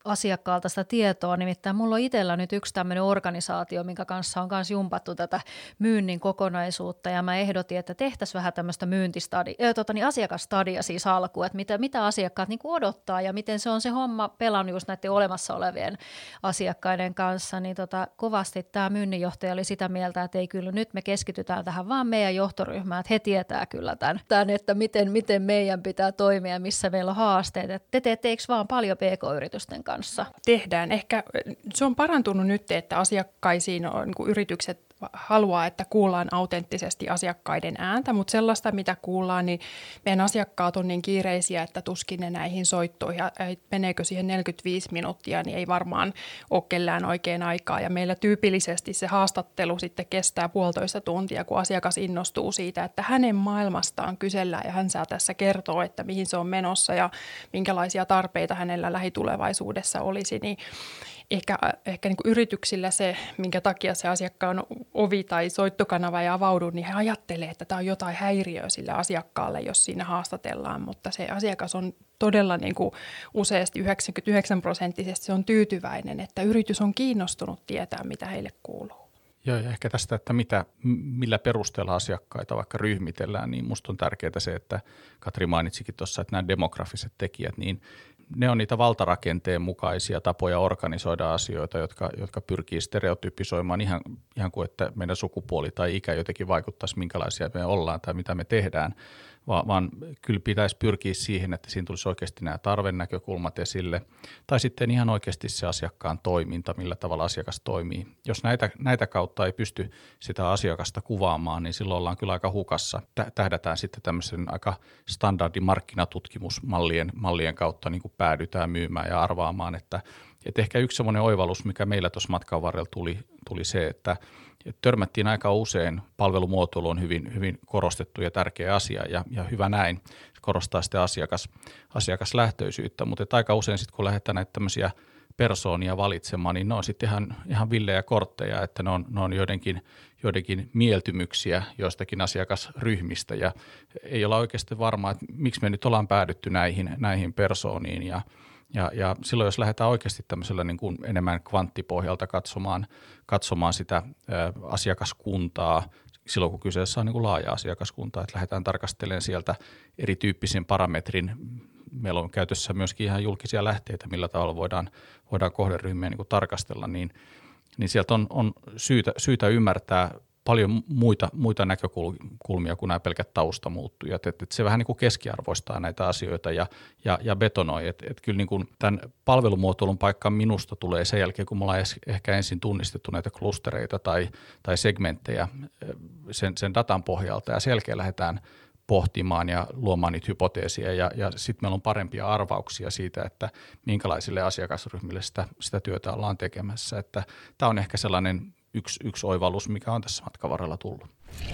asiakkaalta sitä tietoa, nimittäin mulla on itsellä nyt yksi tämmöinen organisaatio, minkä kanssa on myös jumpattu tätä myynnin kokonaisuutta, ja mä ehdotin, että tehtäisiin vähän tämmöistä asiakasstadia siis alkuun, että mitä asiakkaat niin kuin odottaa ja miten se on se homma pelannut just näiden olemassa olevien asiakkaiden kanssa, niin kovasti tämä myynninjohtaja oli sitä mieltä, että ei kyllä nyt me keskitytään tähän vaan meidän johtoryhmään, että he tietää kyllä tämän että miten meidän pitää toimia ja missä meillä on haasteet. Että te teette eikö vaan paljon PK-yritysten kanssa? Tehdään. Ehkä se on parantunut nyt, että asiakkaisiin on, niin kuin yritykset haluaa, että kuullaan autenttisesti asiakkaiden ääntä, mutta sellaista, mitä kuullaan, niin meidän asiakkaat on niin kiireisiä, että tuskin ne näihin soittoihin, meneekö siihen 45 minuuttia, niin ei varmaan ole kellään oikein aikaa. Ja meillä tyypillisesti se haastattelu sitten kestää 1,5 tuntia, kun asiakas innostuu siitä, että hänen maailmastaan kysellään ja hän saa tässä kertoa, että mihin se on menossa ja minkälaisia tarpeita hänellä lähitulevaisuudessa olisi, niin ehkä niin kuin yrityksillä se, minkä takia se asiakkaan ovi tai soittokanava ei avaudu, niin he ajattelee, että tämä on jotain häiriöä sille asiakkaalle, jos siinä haastatellaan, mutta se asiakas on todella niin kuin useasti 99% se on tyytyväinen, että yritys on kiinnostunut tietää, mitä heille kuuluu. Joo, ja ehkä tästä, että millä perusteella asiakkaita vaikka ryhmitellään, niin musta on tärkeää se, että Katri mainitsikin tuossa, että nämä demografiset tekijät, niin ne on niitä valtarakenteen mukaisia tapoja organisoida asioita, jotka pyrkii stereotypisoimaan ihan kuin, että meidän sukupuoli tai ikä jotenkin vaikuttaisi, minkälaisia me ollaan tai mitä me tehdään, vaan kyllä pitäisi pyrkiä siihen, että siinä tulisi oikeasti nämä tarvenäkökulmat esille, tai sitten ihan oikeasti se asiakkaan toiminta, millä tavalla asiakas toimii. Jos näitä kautta ei pysty sitä asiakasta kuvaamaan, niin silloin ollaan kyllä aika hukassa. Tähdätään sitten tämmöisen aika standardin markkinatutkimusmallien kautta niin kuin päädytään myymään ja arvaamaan, että ehkä yksi semmoinen oivallus, mikä meillä tuossa matkan varrella tuli se, että törmättiin aika usein, palvelumuotoilu on hyvin korostettu ja tärkeä asia ja hyvä näin, korostaa sitä asiakaslähtöisyyttä, mutta aika usein sitten kun lähdetään näitä tämmöisiä persoonia valitsemaan, niin ne on sitten ihan villejä kortteja, että ne on joidenkin mieltymyksiä joistakin asiakasryhmistä ja ei olla oikeasti varmaa, että miksi me nyt ollaan päädytty näihin persooniin ja silloin, jos lähdetään oikeasti tämmöisellä niin kuin enemmän kvanttipohjalta katsomaan sitä asiakaskuntaa, silloin kun kyseessä on niin kuin laaja asiakaskunta, että lähdetään tarkastelemaan sieltä erityyppisen parametrin. Meillä on käytössä myöskin ihan julkisia lähteitä, millä tavalla voidaan kohderyhmiä niin kuin tarkastella, niin sieltä on syytä ymmärtää paljon muita näkökulmia kuin nämä pelkät taustamuuttujat. Että se vähän niin kuin keskiarvoistaa näitä asioita ja betonoi. Että kyllä niin kuin tämän palvelumuotoilun paikka minusta tulee sen jälkeen, kun me ollaan ehkä ensin tunnistettu näitä klustereita tai segmenttejä sen datan pohjalta ja sen jälkeen lähdetään pohtimaan ja luomaan niitä hypoteesia ja sitten meillä on parempia arvauksia siitä, että minkälaisille asiakasryhmille sitä työtä ollaan tekemässä. Että tämä on ehkä sellainen yksi oivallus, mikä on tässä matkan varrella tullut.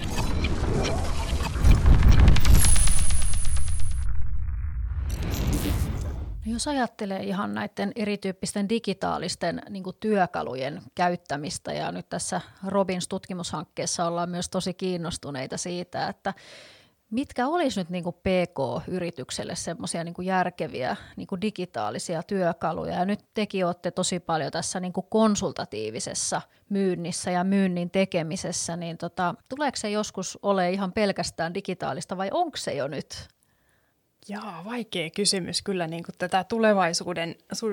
Jos ajattelee ihan näiden erityyppisten digitaalisten niin kuin työkalujen käyttämistä ja nyt tässä Robins tutkimushankkeessa ollaan myös tosi kiinnostuneita siitä, että mitkä olisi nyt niin kuin PK-yritykselle semmoisia niin kuin järkeviä niin kuin digitaalisia työkaluja? Ja nyt tekin olette tosi paljon tässä niin kuin konsultatiivisessa myynnissä ja myynnin tekemisessä, niin tuleeko se joskus ole ihan pelkästään digitaalista vai onko se jo nyt? Jaa, vaikea kysymys kyllä niin kuin tätä tulevaisuuden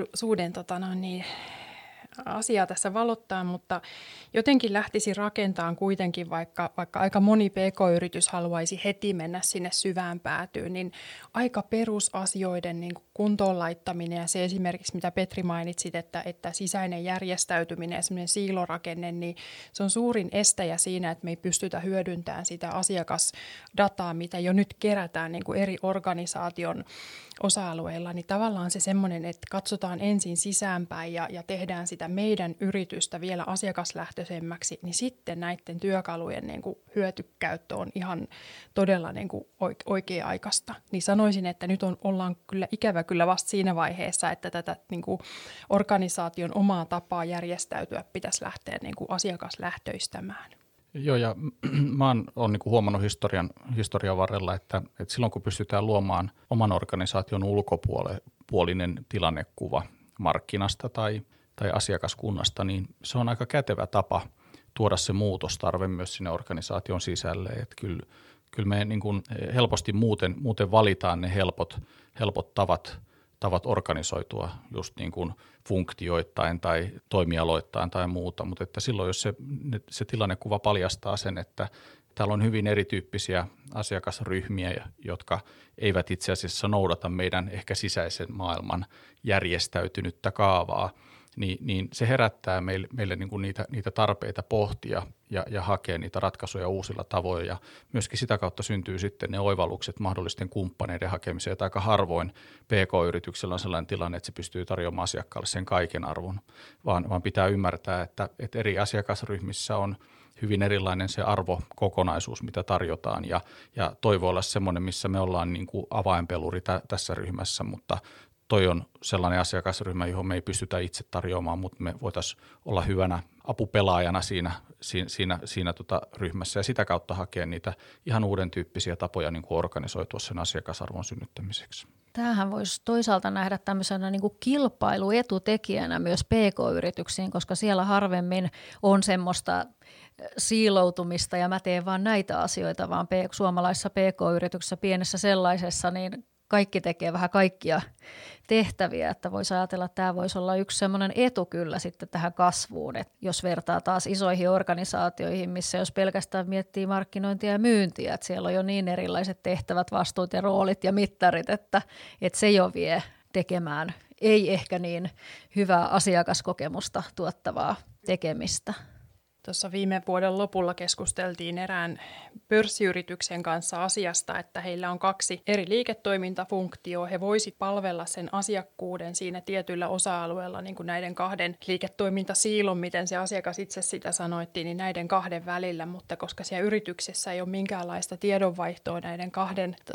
asiaa tässä valottaa, mutta jotenkin lähtisi rakentamaan kuitenkin, vaikka aika moni PK-yritys haluaisi heti mennä sinne syvään päätyyn, niin aika perusasioiden niin kuin kuntoon laittaminen ja se esimerkiksi, mitä Petri mainitsit, että sisäinen järjestäytyminen ja semmoinen siilorakenne, niin se on suurin estäjä siinä, että me ei pystytä hyödyntämään sitä asiakasdataa, mitä jo nyt kerätään niin kuin eri organisaation osa-alueilla, niin tavallaan se semmoinen, että katsotaan ensin sisäänpäin ja tehdään sitä meidän yritystä vielä asiakaslähtöisemmäksi, niin sitten näiden työkalujen niin kuin hyötykäyttö on ihan todella niin kuin oikea-aikaista. Niin sanoisin, että nyt ollaan kyllä ikävä kyllä vasta siinä vaiheessa, että tätä niin kuin organisaation omaa tapaa järjestäytyä pitäisi lähteä niin kuin asiakaslähtöistämään. Joo, ja mä oon niin kuin huomannut historian varrella, että silloin kun pystytään luomaan oman organisaation ulkopuolinen tilannekuva markkinasta tai asiakaskunnasta, niin se on aika kätevä tapa tuoda se muutostarve myös sinne organisaation sisälle. Että kyllä me niin kuin helposti muuten valitaan ne helpot tavat organisoitua just niin kuin funktioittain tai toimialoittain tai muuta, mutta että silloin jos se tilannekuva paljastaa sen, että täällä on hyvin erityyppisiä asiakasryhmiä, jotka eivät itse asiassa noudata meidän ehkä sisäisen maailman järjestäytynyttä kaavaa, niin se herättää meille niin kuin niitä tarpeita pohtia ja hakea niitä ratkaisuja uusilla tavoilla. Ja myöskin sitä kautta syntyy sitten ne oivallukset mahdollisten kumppaneiden hakemiseen. Että aika harvoin PK-yrityksellä on sellainen tilanne, että se pystyy tarjoamaan asiakkaalle sen kaiken arvon, vaan pitää ymmärtää, että eri asiakasryhmissä on hyvin erilainen se arvokokonaisuus, mitä tarjotaan, ja toivoo olla semmoinen, missä me ollaan niin kuin avainpeluri tässä ryhmässä, mutta toi on sellainen asiakasryhmä, johon me ei pystytä itse tarjoamaan, mutta me voitaisiin olla hyvänä apupelaajana siinä ryhmässä ja sitä kautta hakea niitä ihan uuden tyyppisiä tapoja niin kuin organisoitua sen asiakasarvon synnyttämiseksi. Tämähän voisi toisaalta nähdä tämmöisenä niin kuin kilpailuetutekijänä myös PK-yrityksiin, koska siellä harvemmin on semmoista siiloutumista ja mä teen vaan näitä asioita, vaan suomalaisessa PK-yrityksessä, pienessä sellaisessa, niin kaikki tekee vähän kaikkia tehtäviä, että voisi ajatella, että tämä voisi olla yksi semmoinen etu kyllä sitten tähän kasvuun, että jos vertaa taas isoihin organisaatioihin, missä jos pelkästään miettii markkinointia ja myyntiä, että siellä on jo niin erilaiset tehtävät, vastuut ja roolit ja mittarit, että se jo vie tekemään ei ehkä niin hyvää asiakaskokemusta tuottavaa tekemistä. Tuossa viime vuoden lopulla keskusteltiin erään pörssiyrityksen kanssa asiasta, että heillä on 2 eri liiketoimintafunktioa. He voisivat palvella sen asiakkuuden siinä tietyllä osa-alueella niin kuin näiden 2 liiketoimintasiilon, miten se asiakas itse sitä sanoitti, niin näiden 2 välillä. Mutta koska siellä yrityksessä ei ole minkäänlaista tiedonvaihtoa näiden 2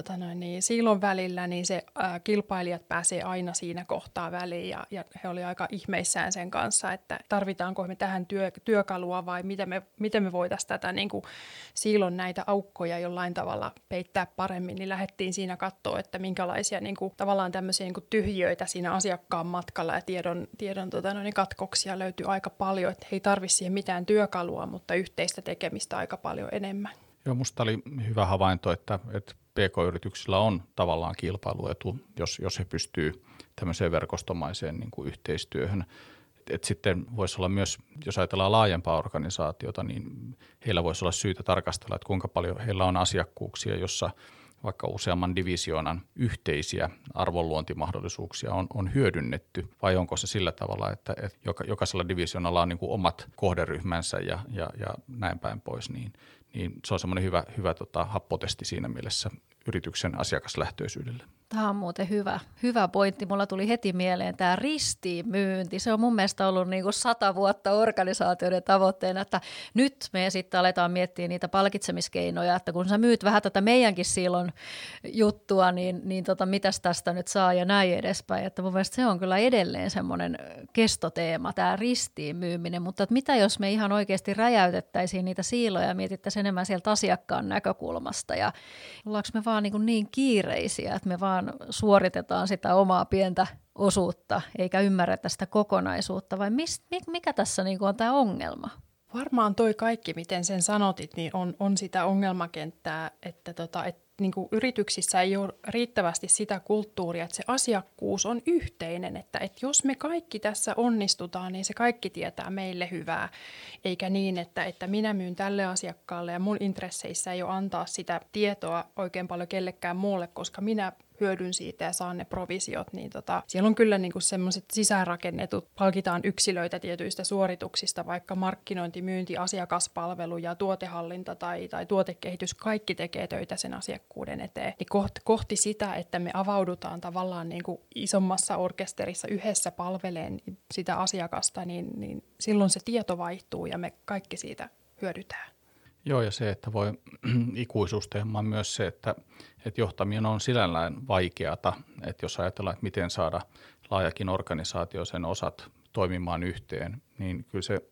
siilon välillä, niin se kilpailijat pääsee aina siinä kohtaa väliin. Ja he olivat aika ihmeissään sen kanssa, että tarvitaanko me tähän työkalua vai miten me voitaisiin tätä niin kuin siilon näitä aukkoja jollain tavalla peittää paremmin, niin lähdettiin siinä katsoa, että minkälaisia niin kuin, tavallaan tämmöisiä niin kuin tyhjöitä siinä asiakkaan matkalla ja tiedon katkoksia löytyy aika paljon, että he ei tarvitse siihen mitään työkalua, mutta yhteistä tekemistä aika paljon enemmän. Joo, musta oli hyvä havainto, että PK-yrityksillä on tavallaan kilpailuetu, jos he pystyy tämmöiseen verkostomaiseen niin kuin yhteistyöhön. Et sitten voisi olla myös, jos ajatellaan laajempaa organisaatiota, niin heillä voisi olla syytä tarkastella, että kuinka paljon heillä on asiakkuuksia, jossa vaikka useamman divisioonan yhteisiä arvonluontimahdollisuuksia on hyödynnetty, vai onko se sillä tavalla, että jokaisella divisioonalla on niin kuin omat kohderyhmänsä ja näin päin pois, niin se on semmoinen hyvä happotesti siinä mielessä yrityksen asiakaslähtöisyydelle. Tämä on muuten hyvä pointti. Mulla tuli heti mieleen tämä ristiinmyynti. Se on mun mielestä ollut niin kuin 100 vuotta organisaatioiden tavoitteena, että nyt me sitten aletaan miettiä niitä palkitsemiskeinoja, että kun sä myyt vähän tätä meidänkin silon juttua, niin mitäs tästä nyt saa ja näin edespäin. Että mun mielestä se on kyllä edelleen semmoinen kestoteema, tämä ristiinmyyminen, mutta että mitä jos me ihan oikeasti räjäytettäisiin niitä siiloja ja mietittäisiin enemmän sieltä asiakkaan näkökulmasta ja ollaanko me vaan niin kiireisiä, että me vaan suoritetaan sitä omaa pientä osuutta eikä ymmärretä sitä kokonaisuutta, vai mikä tässä niin kuin on tämä ongelma? Varmaan toi kaikki, miten sen sanotit, niin on sitä ongelmakenttää, että niin kuin yrityksissä ei ole riittävästi sitä kulttuuria, että se asiakkuus on yhteinen, että jos me kaikki tässä onnistutaan, niin se kaikki tietää meille hyvää, eikä niin, että minä myyn tälle asiakkaalle ja mun intresseissä ei ole antaa sitä tietoa oikein paljon kellekään muulle, koska minä hyödyn siitä ja saan ne provisiot, niin siellä on kyllä niinku semmoiset sisäänrakennetut, palkitaan yksilöitä tietyistä suorituksista, vaikka markkinointi, myynti, asiakaspalvelu ja tuotehallinta tai tuotekehitys, kaikki tekee töitä sen asiakkuuden eteen. Niin kohti sitä, että me avaudutaan tavallaan niinku isommassa orkesterissa yhdessä palveleen sitä asiakasta, niin silloin se tieto vaihtuu ja me kaikki siitä hyödytään. Joo, ja se, että voi ikuisuusteema on myös se, että johtaminen on sinällään vaikeata, että jos ajatellaan, että miten saada laajakin organisaatio sen osat toimimaan yhteen, niin kyllä se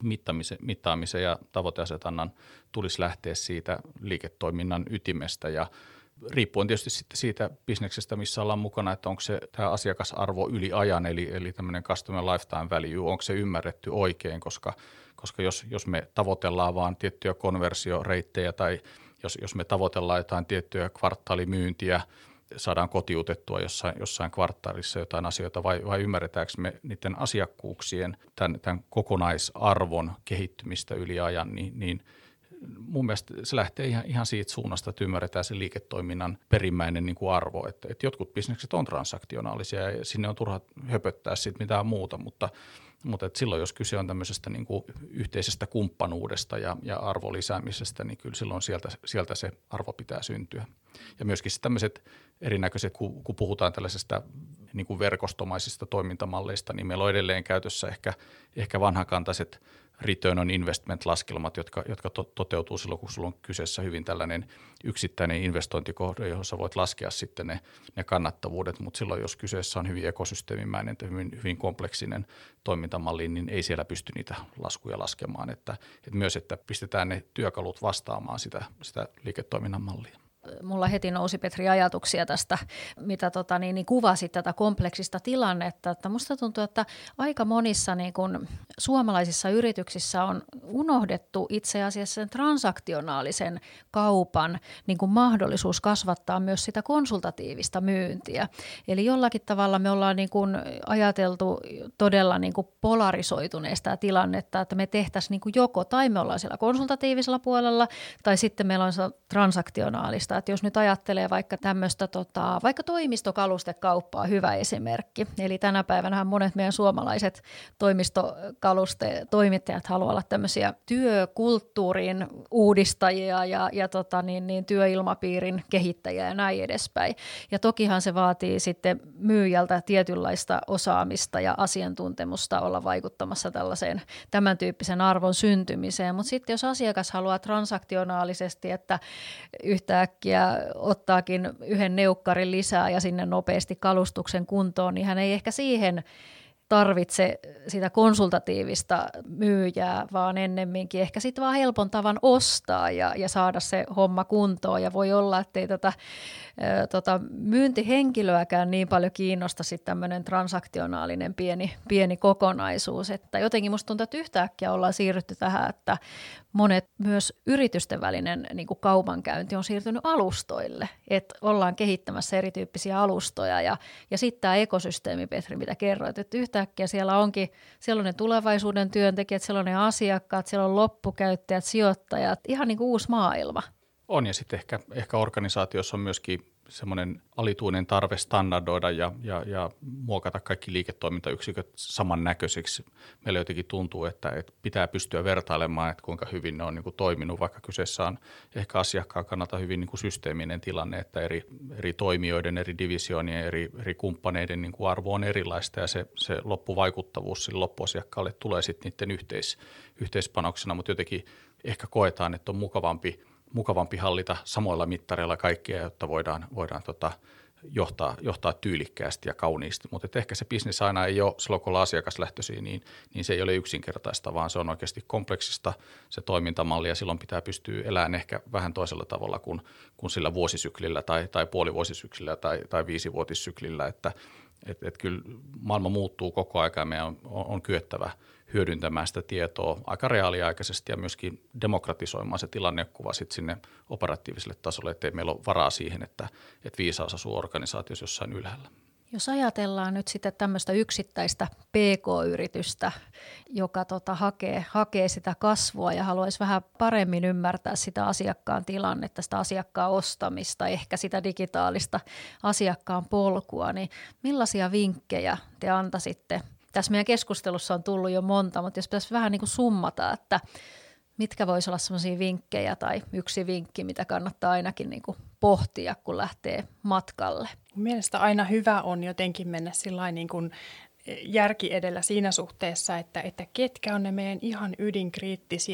mittaamisen ja tavoiteasetannan tulisi lähteä siitä liiketoiminnan ytimestä ja riippuen tietysti sitten siitä bisneksestä, missä ollaan mukana, että onko se tämä asiakasarvo yli ajan, eli tämmöinen customer lifetime value, onko se ymmärretty oikein, koska jos me tavoitellaan vaan tiettyjä konversioreittejä tai jos me tavoitellaan jotain tiettyä kvartaalimyyntiä, saadaan kotiutettua jossain kvartaalissa jotain asioita vai ymmärretäänkö me niiden asiakkuuksien, tämän kokonaisarvon kehittymistä yli ajan, niin mun mielestä se lähtee ihan siitä suunnasta, että ymmärretään se liiketoiminnan perimmäinen niin kuin arvo, että jotkut bisnekset on transaktionaalisia ja sinne on turha höpöttää siitä mitään muuta, mutta että silloin jos kyse on tämmöisestä niin kuin yhteisestä kumppanuudesta ja arvon lisäämisestä, niin kyllä silloin sieltä se arvo pitää syntyä. Ja myöskin tämmöiset erinäköiset, kun puhutaan tällaisesta niin kuin verkostomaisista toimintamalleista, niin meillä on edelleen käytössä ehkä vanhakantaiset return on investment-laskelmat, jotka toteutuu silloin, kun sulla on kyseessä hyvin tällainen yksittäinen investointikohde, johon sä voit laskea sitten ne kannattavuudet, mutta silloin, jos kyseessä on hyvin ekosysteemimäinen ja hyvin kompleksinen toimintamalli, niin ei siellä pysty niitä laskuja laskemaan, että myös, että pistetään ne työkalut vastaamaan sitä liiketoiminnan mallia. Mulla heti nousi, Petri, ajatuksia tästä, mitä kuvasit tätä kompleksista tilannetta. Että musta tuntuu, että aika monissa niin kun suomalaisissa yrityksissä on unohdettu itse asiassa sen transaktionaalisen kaupan niin kun mahdollisuus kasvattaa myös sitä konsultatiivista myyntiä. Eli jollakin tavalla me ollaan niin kun ajateltu todella niin kun polarisoituneesta tilannetta, että me tehtäisiin niin kun joko tai me ollaan siellä konsultatiivisella puolella tai sitten meillä on se transaktionaalista. Että jos nyt ajattelee vaikka tämmöistä, vaikka toimistokalustekauppaa, hyvä esimerkki. Eli tänä päivänä monet meidän suomalaiset toimistokalustetoimittajat haluaa olla tämmöisiä työkulttuurin uudistajia ja työilmapiirin kehittäjiä ja näin edespäin. Ja tokihan se vaatii sitten myyjältä tietynlaista osaamista ja asiantuntemusta olla vaikuttamassa tämän tyyppisen arvon syntymiseen. Mutta sitten jos asiakas haluaa transaktionaalisesti, että yhtäkkiä ottaakin yhden neukkarin lisää ja sinne nopeasti kalustuksen kuntoon, niin hän ei ehkä siihen tarvitse sitä konsultatiivista myyjää, vaan ennemminkin ehkä sitten vaan helpon tavan ostaa ja saada se homma kuntoon. Ja voi olla, ettei tätä myyntihenkilöäkään niin paljon kiinnosta sitten tämmöinen transaktionaalinen pieni kokonaisuus. Että jotenkin musta tuntuu, että yhtäkkiä ollaan siirrytty tähän, että monet myös yritysten välinen niin kuin kaupankäynti on siirtynyt alustoille, että ollaan kehittämässä erityyppisiä alustoja ja sitten tämä ekosysteemi, Petri, mitä kerroit, että yhtäkkiä siellä on ne tulevaisuuden työntekijät, siellä on ne asiakkaat, siellä on loppukäyttäjät, sijoittajat, ihan niin kuin uusi maailma. On ja sitten ehkä organisaatiossa on myöskin semmoinen alituinen tarve standardoida ja muokata kaikki liiketoimintayksiköt samannäköisiksi. Meillä jotenkin tuntuu, että pitää pystyä vertailemaan, että kuinka hyvin ne on niin kuin toiminut, vaikka kyseessä on ehkä asiakkaan kannalta hyvin niin kuin systeeminen tilanne, että eri toimijoiden, eri divisioonien, eri kumppaneiden niin kuin arvo on erilaista ja se loppuvaikuttavuus sille loppuasiakkaalle tulee sitten niiden yhteispanoksena, mutta jotenkin ehkä koetaan, että on mukavampi hallita samoilla mittareilla kaikkia, jotta voidaan johtaa tyylikkäästi ja kauniisti. Mutta ehkä se bisnes aina ei ole, silloin kun ollaan asiakaslähtöisiä, niin se ei ole yksinkertaista, vaan se on oikeasti kompleksista se toimintamalli ja silloin pitää pystyä elämään ehkä vähän toisella tavalla kuin sillä vuosisyklillä tai puolivuosisyklillä tai 5-vuotissyklillä, että kyllä maailma muuttuu koko ajan ja meidän on kyettävä hyödyntämään sitä tietoa aika reaaliaikaisesti ja myöskin demokratisoimaan se tilannekuva sitten sinne operatiiviselle tasolle, ettei meillä ole varaa siihen, että viisaus asuu organisaatiossa jossain ylhäällä. Jos ajatellaan nyt sitten tämmöistä yksittäistä PK-yritystä, joka hakee sitä kasvua ja haluaisi vähän paremmin ymmärtää sitä asiakkaan tilannetta, sitä asiakkaan ostamista, ehkä sitä digitaalista asiakkaan polkua, niin millaisia vinkkejä te antaisitte? Tässä meidän keskustelussa on tullut jo monta, mutta jos pitäisi vähän niin kuin summata, että mitkä voisi olla sellaisia vinkkejä tai yksi vinkki, mitä kannattaa ainakin niin kuin pohtia, kun lähtee matkalle? Mielestäni aina hyvä on jotenkin mennä sillain niin kuin järki edellä siinä suhteessa, että ketkä on ne meidän ihan ydinkriittisiä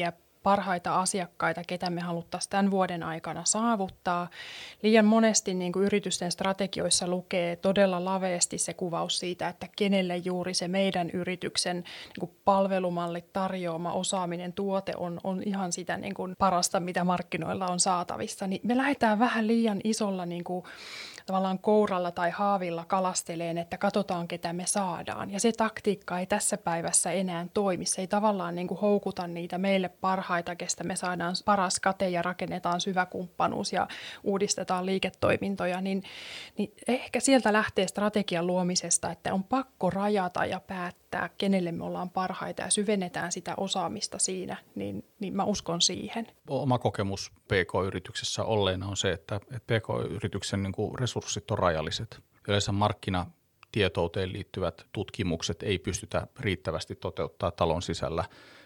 parhaita asiakkaita, ketä me haluttaisiin tämän vuoden aikana saavuttaa. Liian monesti niin kuin yritysten strategioissa lukee todella laveasti se kuvaus siitä, että kenelle juuri se meidän yrityksen niin kuin palvelumalli, tarjoama osaaminen, tuote on ihan sitä niin kuin parasta, mitä markkinoilla on saatavissa. Niin me lähdetään vähän liian isolla niin kuin tavallaan kouralla tai haavilla kalasteleen, että katsotaan, ketä me saadaan. Ja se taktiikka ei tässä päivässä enää toimi. Se ei tavallaan niin kuin houkuta niitä meille parhaita, kestä me saadaan paras kate ja rakennetaan syvä kumppanuus ja uudistetaan liiketoimintoja. Niin ehkä sieltä lähtee strategian luomisesta, että on pakko rajata ja päättää, kenelle me ollaan parhaita ja syvennetään sitä osaamista siinä, niin mä uskon siihen. Oma kokemus PK-yrityksessä olleena on se, että PK-yrityksen niin kuin resurssit on rajalliset. Yleensä markkinatietouteen liittyvät tutkimukset ei pystytä riittävästi toteuttaa talon sisällä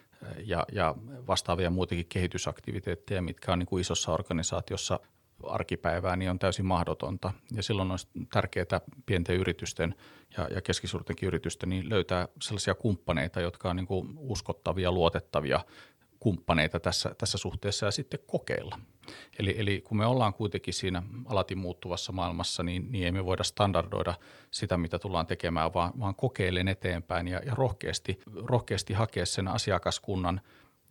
ja vastaavia muitakin kehitysaktiviteetteja, mitkä on niin kuin isossa organisaatiossa arkipäivää, niin on täysin mahdotonta. Ja silloin on tärkeää pienten yritysten ja keskisuurtenkin yritysten niin löytää sellaisia kumppaneita, jotka on niin kuin uskottavia, luotettavia kumppaneita tässä suhteessa ja sitten kokeilla. Eli kun me ollaan kuitenkin siinä alati muuttuvassa maailmassa, niin ei me voida standardoida sitä, mitä tullaan tekemään, vaan kokeilen eteenpäin ja rohkeasti hakea sen asiakaskunnan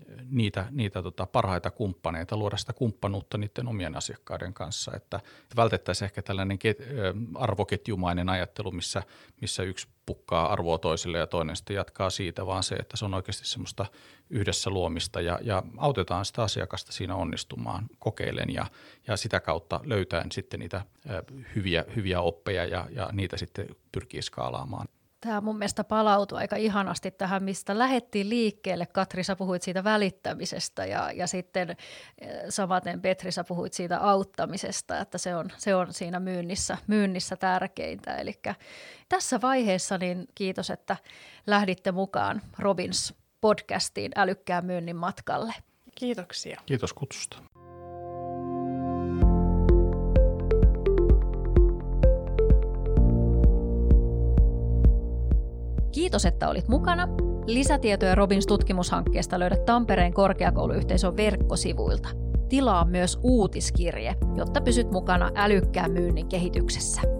niitä parhaita kumppaneita, luoda sitä kumppanuutta niiden omien asiakkaiden kanssa, että vältettäisiin ehkä tällainen arvoketjumainen ajattelu, missä yksi pukkaa arvoa toiselle ja toinen sitten jatkaa siitä, vaan se, että se on oikeasti semmoista yhdessä luomista ja autetaan sitä asiakasta siinä onnistumaan, kokeilen ja sitä kautta löytäen sitten niitä hyviä oppeja ja niitä sitten pyrkii skaalaamaan. Tämä mun mielestä palautui aika ihanasti tähän, mistä lähdettiin liikkeelle. Katri, sä puhuit siitä välittämisestä ja sitten samaten Petri, sä puhuit siitä auttamisesta, että se on siinä myynnissä tärkeintä. Eli tässä vaiheessa niin kiitos, että lähditte mukaan Robins podcastiin Älykkään myynnin matkalle. Kiitoksia. Kiitos kutsusta. Kiitos, että olit mukana. Lisätietoja Robins tutkimushankkeesta löydät Tampereen korkeakouluyhteisön verkkosivuilta. Tilaa myös uutiskirje, jotta pysyt mukana älykkään myynnin kehityksessä.